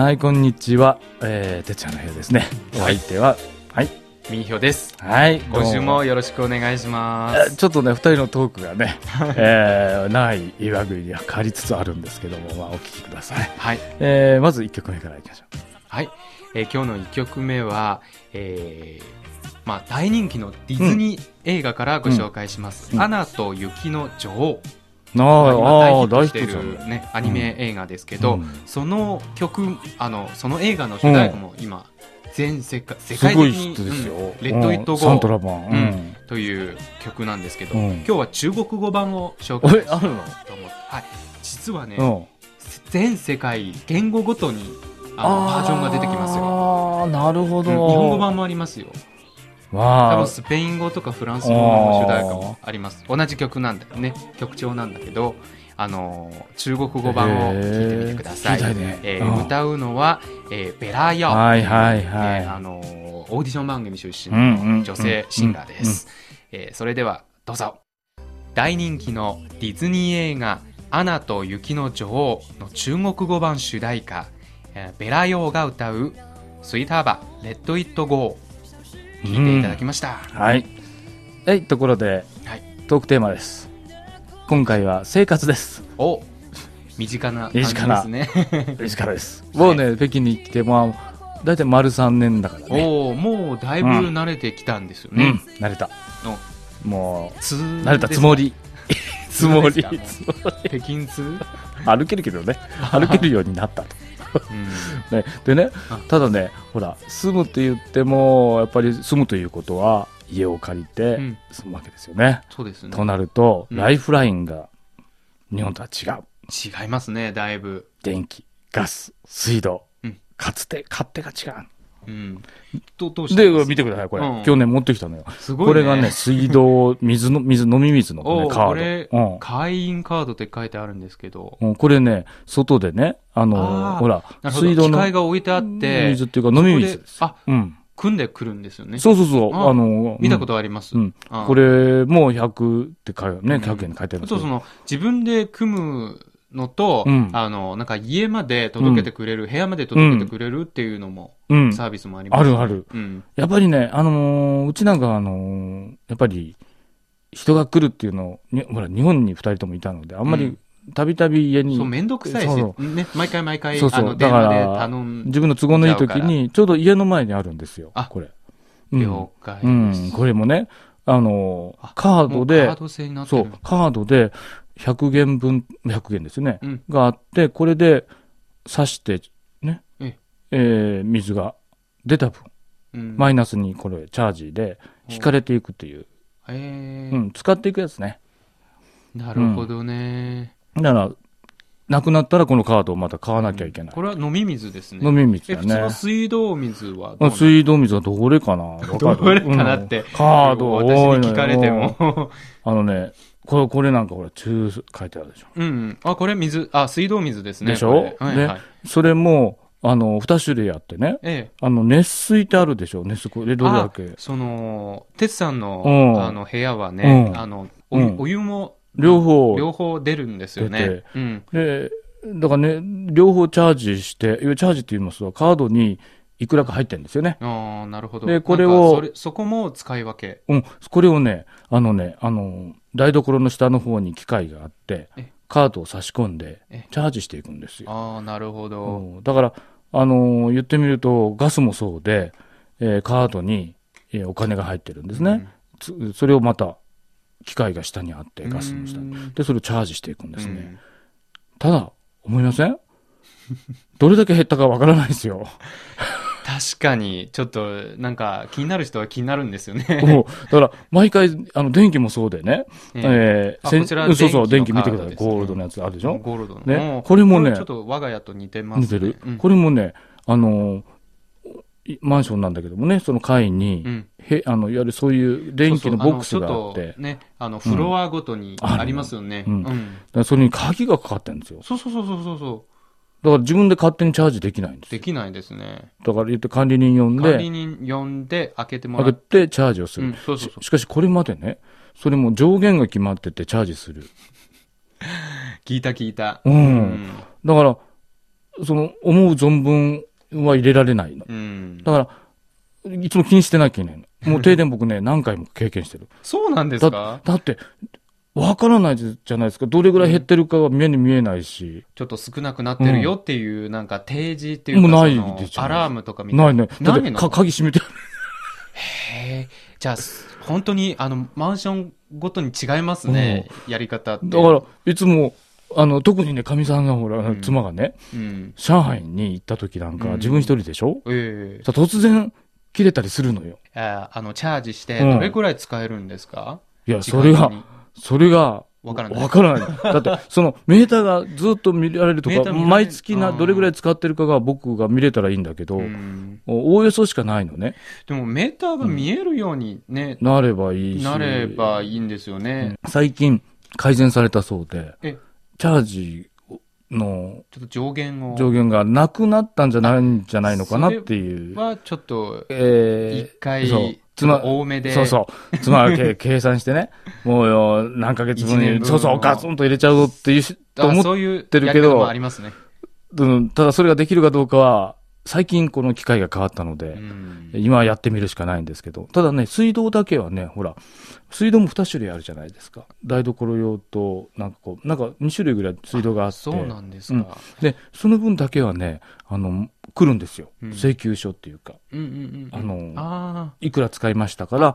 はい、こんにちは。てっちゃんの部屋ですね。お相手は、はい。 みーひょです。 はい。 今週もよろしくお願いします。 ちょっとね、二人のトークがね、長い岩国には変わりつつあるんですけども、お聞きください。 はい。 まず1曲目からいきましょう。 はい。今日の1曲目は、大人気のディズニー映画からご紹介します。アナと雪の女王。今大ヒットしている、ね、アニメ映画ですけど、その曲、その映画の主題歌も今、世界的に、レッド・イット・ゴー、 サントラ版、 という曲なんですけど、今日は中国語版を紹介しようと思って、はい、実はね、全世界言語ごとにバージョンが出てきますよ。 あ、なるほど、 日本語版もありますよ。多分スペイン語とかフランス語の主題歌もあります。同じ曲なんだよね、曲調なんだけど、中国語版を聞いてみてください。歌うのは、ベラヨ、オーディション番組出身の女性シンガーです。それではどうぞ。大人気のディズニー映画アナと雪の女王の中国語版主題歌、ベラヨーが歌うスイーターバレッド・イット・ゴー、聞いていただきました。 はい。ところで、トークテーマです。今回は生活です。 お、身近な感じですね。 身近です。もうね、北京に来てだいたい丸3年だからね。 もうだいぶ慣れてきたんですよね。 慣れた。もう慣れれたつもり。 北京通歩けるけどね、歩けるようになったと。でね、ただね、ほら、住むって言ってもやっぱり住むということは家を借りて住むわけですよね。 そうですね。 となると、ライフラインが日本とは違いますね。だいぶ電気、ガス、水道、勝手が違う。 どうしてで、見てください、これ。今日ね、持ってきたのよ。すごいね。これがね、水道、飲み水のカード。 会員カードって書いてあるんですけど。 これね、外でね、ほら、 水道の。機械が置いてあって。 水っていうか飲み水です。 組んでくるんですよね。 そう。 見たことあります。 これも100って100円で書いてあるんですけど。 自分で組むのと、なんか家まで届けてくれる、部屋まで届けてくれるっていうのも、サービスもありますね。 ある。やっぱりね、うちなんかやっぱり人が来るっていうのを、ほら、日本に2人ともいたので、あんまりたびたび家に。 そう、めんどくさいし、ね、毎回、電話で頼ん自分の都合のいい時に、ちょうど家の前にあるんですよ、これ。 了解です。 これもね、カードで、カードで、100元分、100元ですね、があって、これで挿してね、水が出た分、マイナスにこれチャージで引かれていくっていう、使っていくやつね。 なるほどね。 だからなくなったらこのカードをまた買わなきゃいけない。 これは飲み水ですね。 飲み水だね。 普通の水道水は水道水はどれかな。 どれかなって。 カード私に聞かれても。 これなんかほら、中書いてあるでしょ。 これ水道水ですね。 でしょ。で、それも、2種類あってね。熱水ってあるでしょ。熱水、どれだけ。 鉄さんの、部屋はね、お湯も、両方出るんですよね。 で、だからね、両方チャージして、チャージって言いますと、カードにいくらか入ってるんですよね。 なるほど。 で、これを、 そこも使い分け。 これをね、台所の下の方に機械があって、カードを差し込んで、チャージしていくんですよ。 なるほど。 だから、言ってみると、ガスもそうで、カードに、お金が入ってるんですね。それをまた、機械が下にあって、ガスの下に。で、それをチャージしていくんですね。ただ、思いません？どれだけ減ったかわからないですよ。 確かに、ちょっと、なんか、気になる人は気になるんですよね。 だから、毎回、電気もそうでね。 こちら電気見てください。ゴールドのやつあるでしょ。 ゴールドの。 ね。これもね。 ちょっと我が家と似てますね。 似てる。これもね、マンションなんだけどもね、その階に、いわゆるそういう電気のボックスがあって。 ね、フロアごとにありますよね。 それに鍵がかかってるんですよ。 そう。 だから自分で勝手にチャージできないんですよ。 できないですね。 だから言って管理人呼んで、開けてもらって。 開けてチャージをする。しかしこれまでね、それも上限が決まっててチャージする。 聞いた。 だから、 その、思う存分は入れられないの。だから、いつも気にしてなきゃいけないの。もう停電僕ね、何回も経験してる。 そうなんですか？ だって、わからないじゃないですか。どれぐらい減ってるかが目に見えないし。 ちょっと少なくなってるよっていう、なんか提示っていうか、 もうないでしょ。 アラームとかみたいな。 ないね。だって鍵閉めてある。 へえ。じゃあ、本当に、マンションごとに違いますね。やり方って。 だから、いつも、特にね、かみさんがほら、妻がね、上海に行った時なんか、自分一人でしょ？突然、切れたりするのよ。 チャージして、どれくらい使えるんですか？ いや、それが、わからない。だって、そのメーターがずっと見られるとか、毎月どれぐらい使ってるかが僕が見れたらいいんだけど、おおよそしかないのね。 でもメーターが見えるようにね、 なればいいし。 なればいいんですよね。 最近改善されたそうで、チャージのちょっと上限がなくなったんじゃないのかなっていう。 それはちょっと、一回、多めで。 妻は計算してね、もうよ、何ヶ月分に、ガツンと入れちゃうっていう、と思ってるけど、 ありますね。 ただそれができるかどうかは、最近この機械が変わったので、今はやってみるしかないんですけど、ただね、水道だけはね、ほら、水道も2種類あるじゃないですか。台所用と、なんか2種類ぐらい水道があって。 そうなんですか。 で、その分だけはね、来るんですよ。請求書っていうか。いくら使いましたから、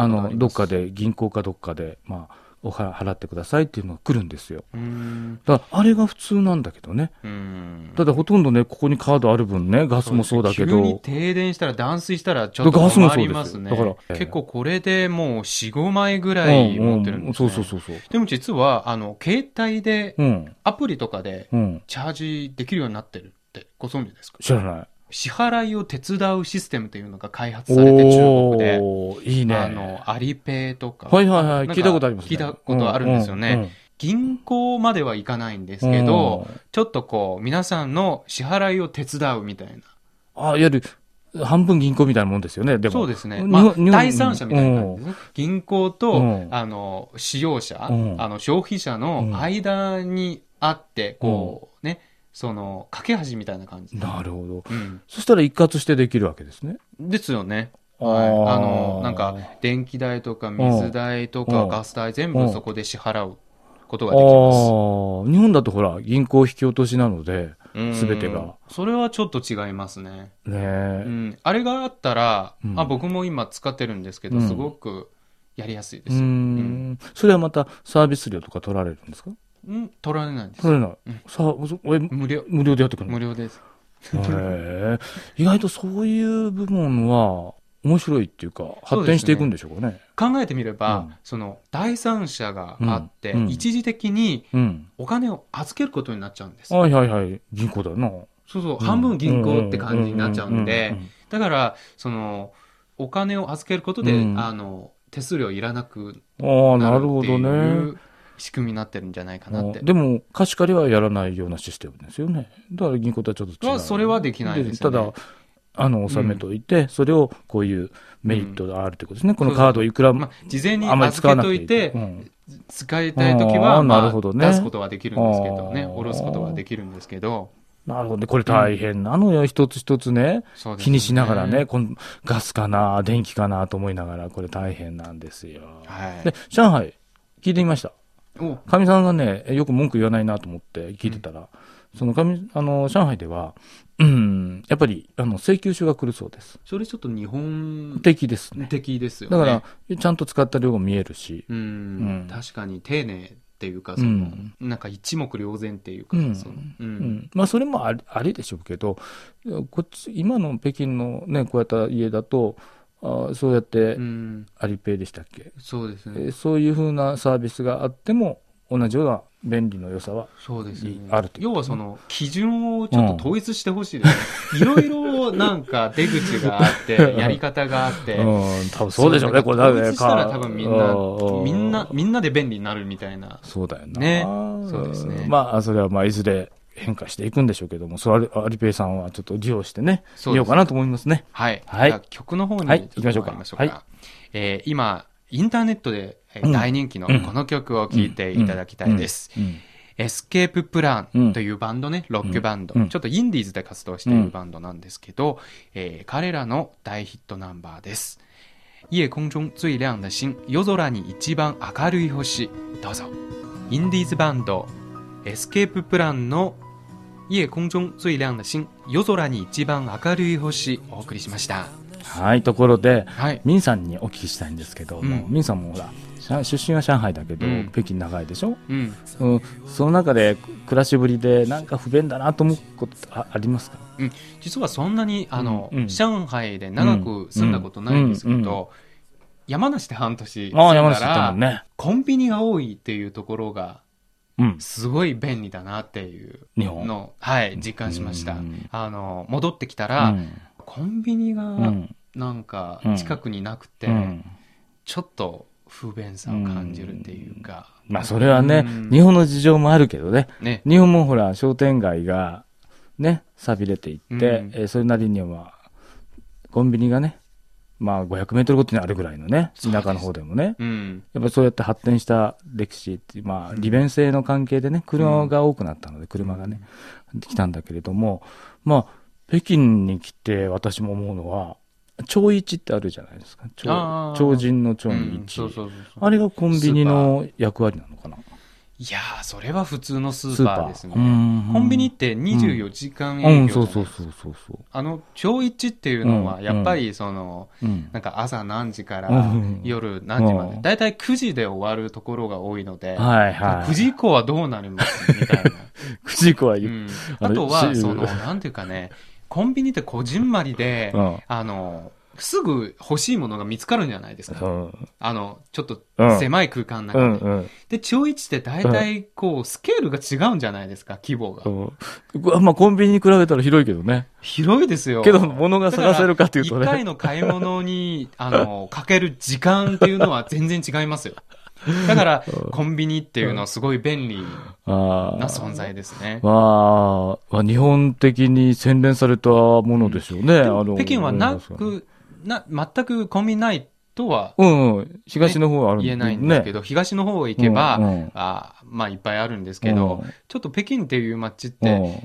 どっかで、銀行かどっかで、まあ、払ってくださいっていうのが来るんですよ。だからあれが普通なんだけどね。ただほとんどね、ここにカードある分ね、ガスもそうだけど。 急に停電したら、断水したらちょっと困りますね。 だから結構これでもう4、5枚ぐらい持ってるんですね。 そう。 でも実は、携帯で、アプリとかで、チャージできるようになってるってご存知ですか？ 知らない。 支払いを手伝うシステムというのが開発されて中国で。 いいね。 アリペイとか。 聞いたことありますね。 聞いたことあるんですよね。銀行まではいかないんですけど、ちょっとこう、皆さんの支払いを手伝うみたいな。 いわゆる、半分銀行みたいなもんですよね、でも。 そうですね。第三者みたいな感じですね。銀行と、使用者、消費者の間にあって、こう、ね、架け橋みたいな感じ。 なるほど。そしたら一括してできるわけですね。 ですよね。なんか、電気代とか水代とかガス代全部そこで支払うことができます。 日本だとほら、銀行引き落としなので、すべてが。 それはちょっと違いますね。あれがあったら、僕も今使ってるんですけど、すごくやりやすいですよ。 それはまたサービス料とか取られるんですか？ 取られないんです。 取られない。無料でやってくるの？ 無料です。 意外とそういう部門は面白いっていうか、発展していくんでしょうかね。 考えてみれば、第三者があって、一時的にお金を預けることになっちゃうんです。 銀行だな。 半分銀行って感じになっちゃうんで、だから、お金を預けることで、手数料いらなくなるっていう仕組みになってるんじゃないかなって。 でも、貸し借りはやらないようなシステムですよね。だから銀行とはちょっと違う。 それはできないですよね。 ただ、納めといて、それをこういうメリットがあるということですね。このカードいくら事前に預けといて、使いたいときは、出すことはできるんですけどね、下ろすことはできるんですけど。 なるほどね。これ大変なのよ。一つ一つね。気にしながらね、ガスかな、電気かなと思いながら、これ大変なんですよ。で、上海、聞いてみました。かみさんがね、よく文句言わないなと思って聞いてたら、上海では、やっぱり、請求書が来るそうです。 それちょっと日本的ですね。 的ですよね。 だから、ちゃんと使った量が見えるし。 確かに丁寧っていうか、なんか一目瞭然っていうか、 まあ、それもありでしょうけど、今の北京のね、こうやった家だと、そうやって、アリペイでしたっけ？ そうですね。 そういうふうなサービスがあっても、同じような便利の良さはあるという。 要は基準をちょっと統一してほしいですね。いろいろなんか出口があって、やり方があって。 多分そうでしょうね、これ。 統一したら多分みんなで便利になるみたいな。 そうだよな。 ね。そうですね。 まあ、それはいずれ変化していくんでしょうけども、アリペイさんはちょっと利用してね、見ようかなと思いますね。 はい。じゃあ曲の方に行きましょうか。 今、インターネットで大人気のこの曲を聴いていただきたいです。 エスケーププランというバンドね、ロックバンド、ちょっとインディーズで活動しているバンドなんですけど、彼らの大ヒットナンバーです。夜空中最亮的星、夜空に一番明るい星。どうぞ。インディーズバンド、エスケーププランの夜空中最亮的星、夜空に一番明るい星をお送りしました。 はい、ところで、ミンさんにお聞きしたいんですけども、ミンさんもほら、出身は上海だけど、北京長いでしょ、その中で暮らしぶりでなんか不便だなと思うことありますか？ 実はそんなに上海で長く住んだことないんですけど、山梨で半年住んだら、コンビニが多いっていうところがすごい便利だなっていうのを、実感しました。戻ってきたら、コンビニがなんか近くになくて、ちょっと不便さを感じるっていうか。 まあそれはね、日本の事情もあるけどね。日本もほら商店街がね、寂れていって、それなりにはコンビニがね、まあ500メートルごとにあるぐらいのね、田舎の方でもね。やっぱりそうやって発展した歴史っていう、まあ利便性の関係でね、車が多くなったので、車がね、来たんだけれども、まあ北京に来て私も思うのは、町一ってあるじゃないですか。超人の町に一。あれがコンビニの役割なのかな。 いやー、それは普通のスーパーですね。コンビニって24時間営業。町一っていうのは、やっぱりなんか朝何時から夜何時まで。だいたい9時で終わるところが多いので、9時以降はどうなりますみたいな。 9時以降はあとは、なんていうかね、コンビニってこじんまりで、すぐ欲しいものが見つかるんじゃないですか。ちょっと狭い空間の中で。で、町一って大体スケールが違うんじゃないですか、規模が。 まあコンビニに比べたら広いけどね。 広いですよ。 けど、物が探せるかっていうとね。 1回の買い物に、かける時間っていうのは全然違いますよ。だから、コンビニっていうのはすごい便利な存在ですね。 日本的に洗練されたものでしょうね。 北京は全くコンビニないとは、 東の方はある言えないんですけど、東の方へ行けば、まあいっぱいあるんですけど、ちょっと北京っていう街って、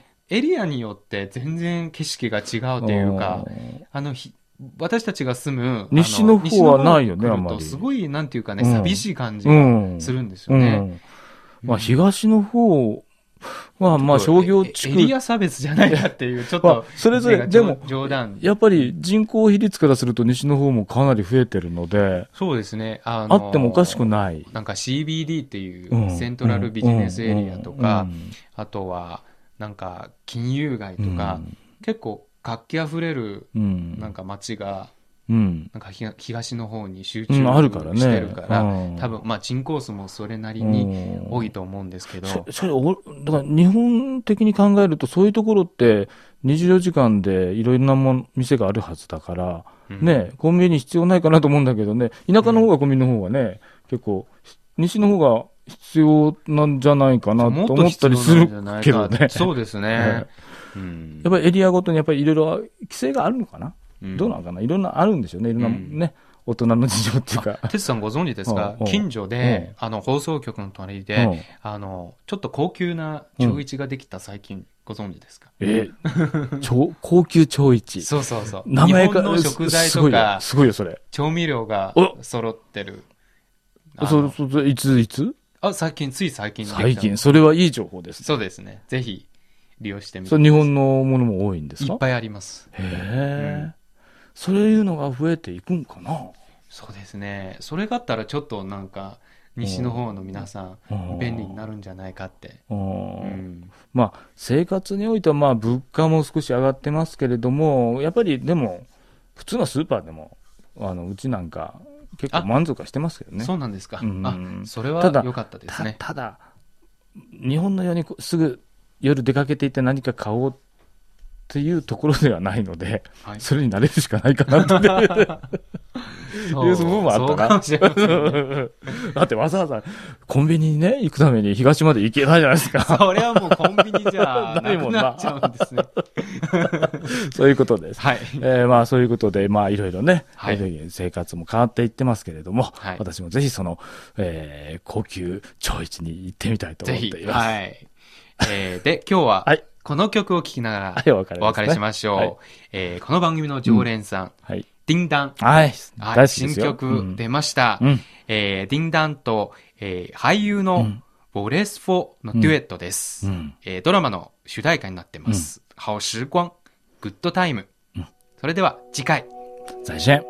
エリアによって全然景色が違うというか、私たちが住む西の方はないよね、あんまり。 すごい、なんていうかね、寂しい感じがするんですよね。 まあ、東の方は、まあ、商業地区。 エリア差別じゃないかっていう、ちょっと。 それぞれ、でも、 冗談。 やっぱり人口比率からすると西の方もかなり増えてるので。 そうですね。 あってもおかしくない。 なんか CBD っていうセントラルビジネスエリアとか、あとは、なんか金融街とか、結構、活気あふれるなんか街が、なんか東の方に集中してるから、多分まあ人口数もそれなりに多いと思うんですけど、 だから日本的に考えるとそういうところって24時間でいろんな店があるはずだから、ね、コンビニ必要ないかなと思うんだけどね、田舎の方がコンビニの方がね、結構西の方が必要なんじゃないかなと思ったりするけどね。 そうですね。 やっぱりエリアごとにやっぱりいろいろ規制があるのかな、どうなのかな、いろんなあるんでしょうね、いろんなね、大人の事情っていうか。 哲さんご存知ですか？近所で、放送局の隣で、ちょっと高級な町一ができた最近、ご存知ですか？ 高級町一。 そうそうそう。 名前日本の食材とか、 すごいよ、それ。 調味料が揃ってる。 いつつい最近。 最近。それはいい情報ですね。 そうですね。ぜひ。利用してみて。 それ日本のものも多いんですか？ いっぱいあります。 そういうのが増えていくんかな？ そうですね。それがあったらちょっとなんか、西の方の皆さん、便利になるんじゃないかって。 まあ、生活においてはまあ、物価も少し上がってますけれども、やっぱりでも、普通のスーパーでも、うちなんか、結構満足はしてますけどね。 そうなんですか。それは良かったですね。 ただ、日本のようにすぐ、夜出かけていって何か買おうっていうところではないので、それに慣れるしかないかなっていう部分もあったな。 そうかもしれませんね。 だってわざわざコンビニにね、行くために東まで行けないじゃないですか。 それはもうコンビニじゃなくなっちゃうんですね。 そういうことです。 はい。 まあそういうことで、まあいろいろね、 はい、 生活も変わっていってますけれども、 はい、 私もぜひその、高級超一に行ってみたいと思っています。 はい。で、今日は、 はい、 この曲を聴きながら、 はい、お別れしましょう。はい、この番組の常連さん、はい、ディンダン。 はい、 大好きですよ。新曲出ました。ディンダンと、俳優のボレスフォのデュエットです。ドラマの主題歌になってます。好時光、グッドタイム。それでは次回。 再见。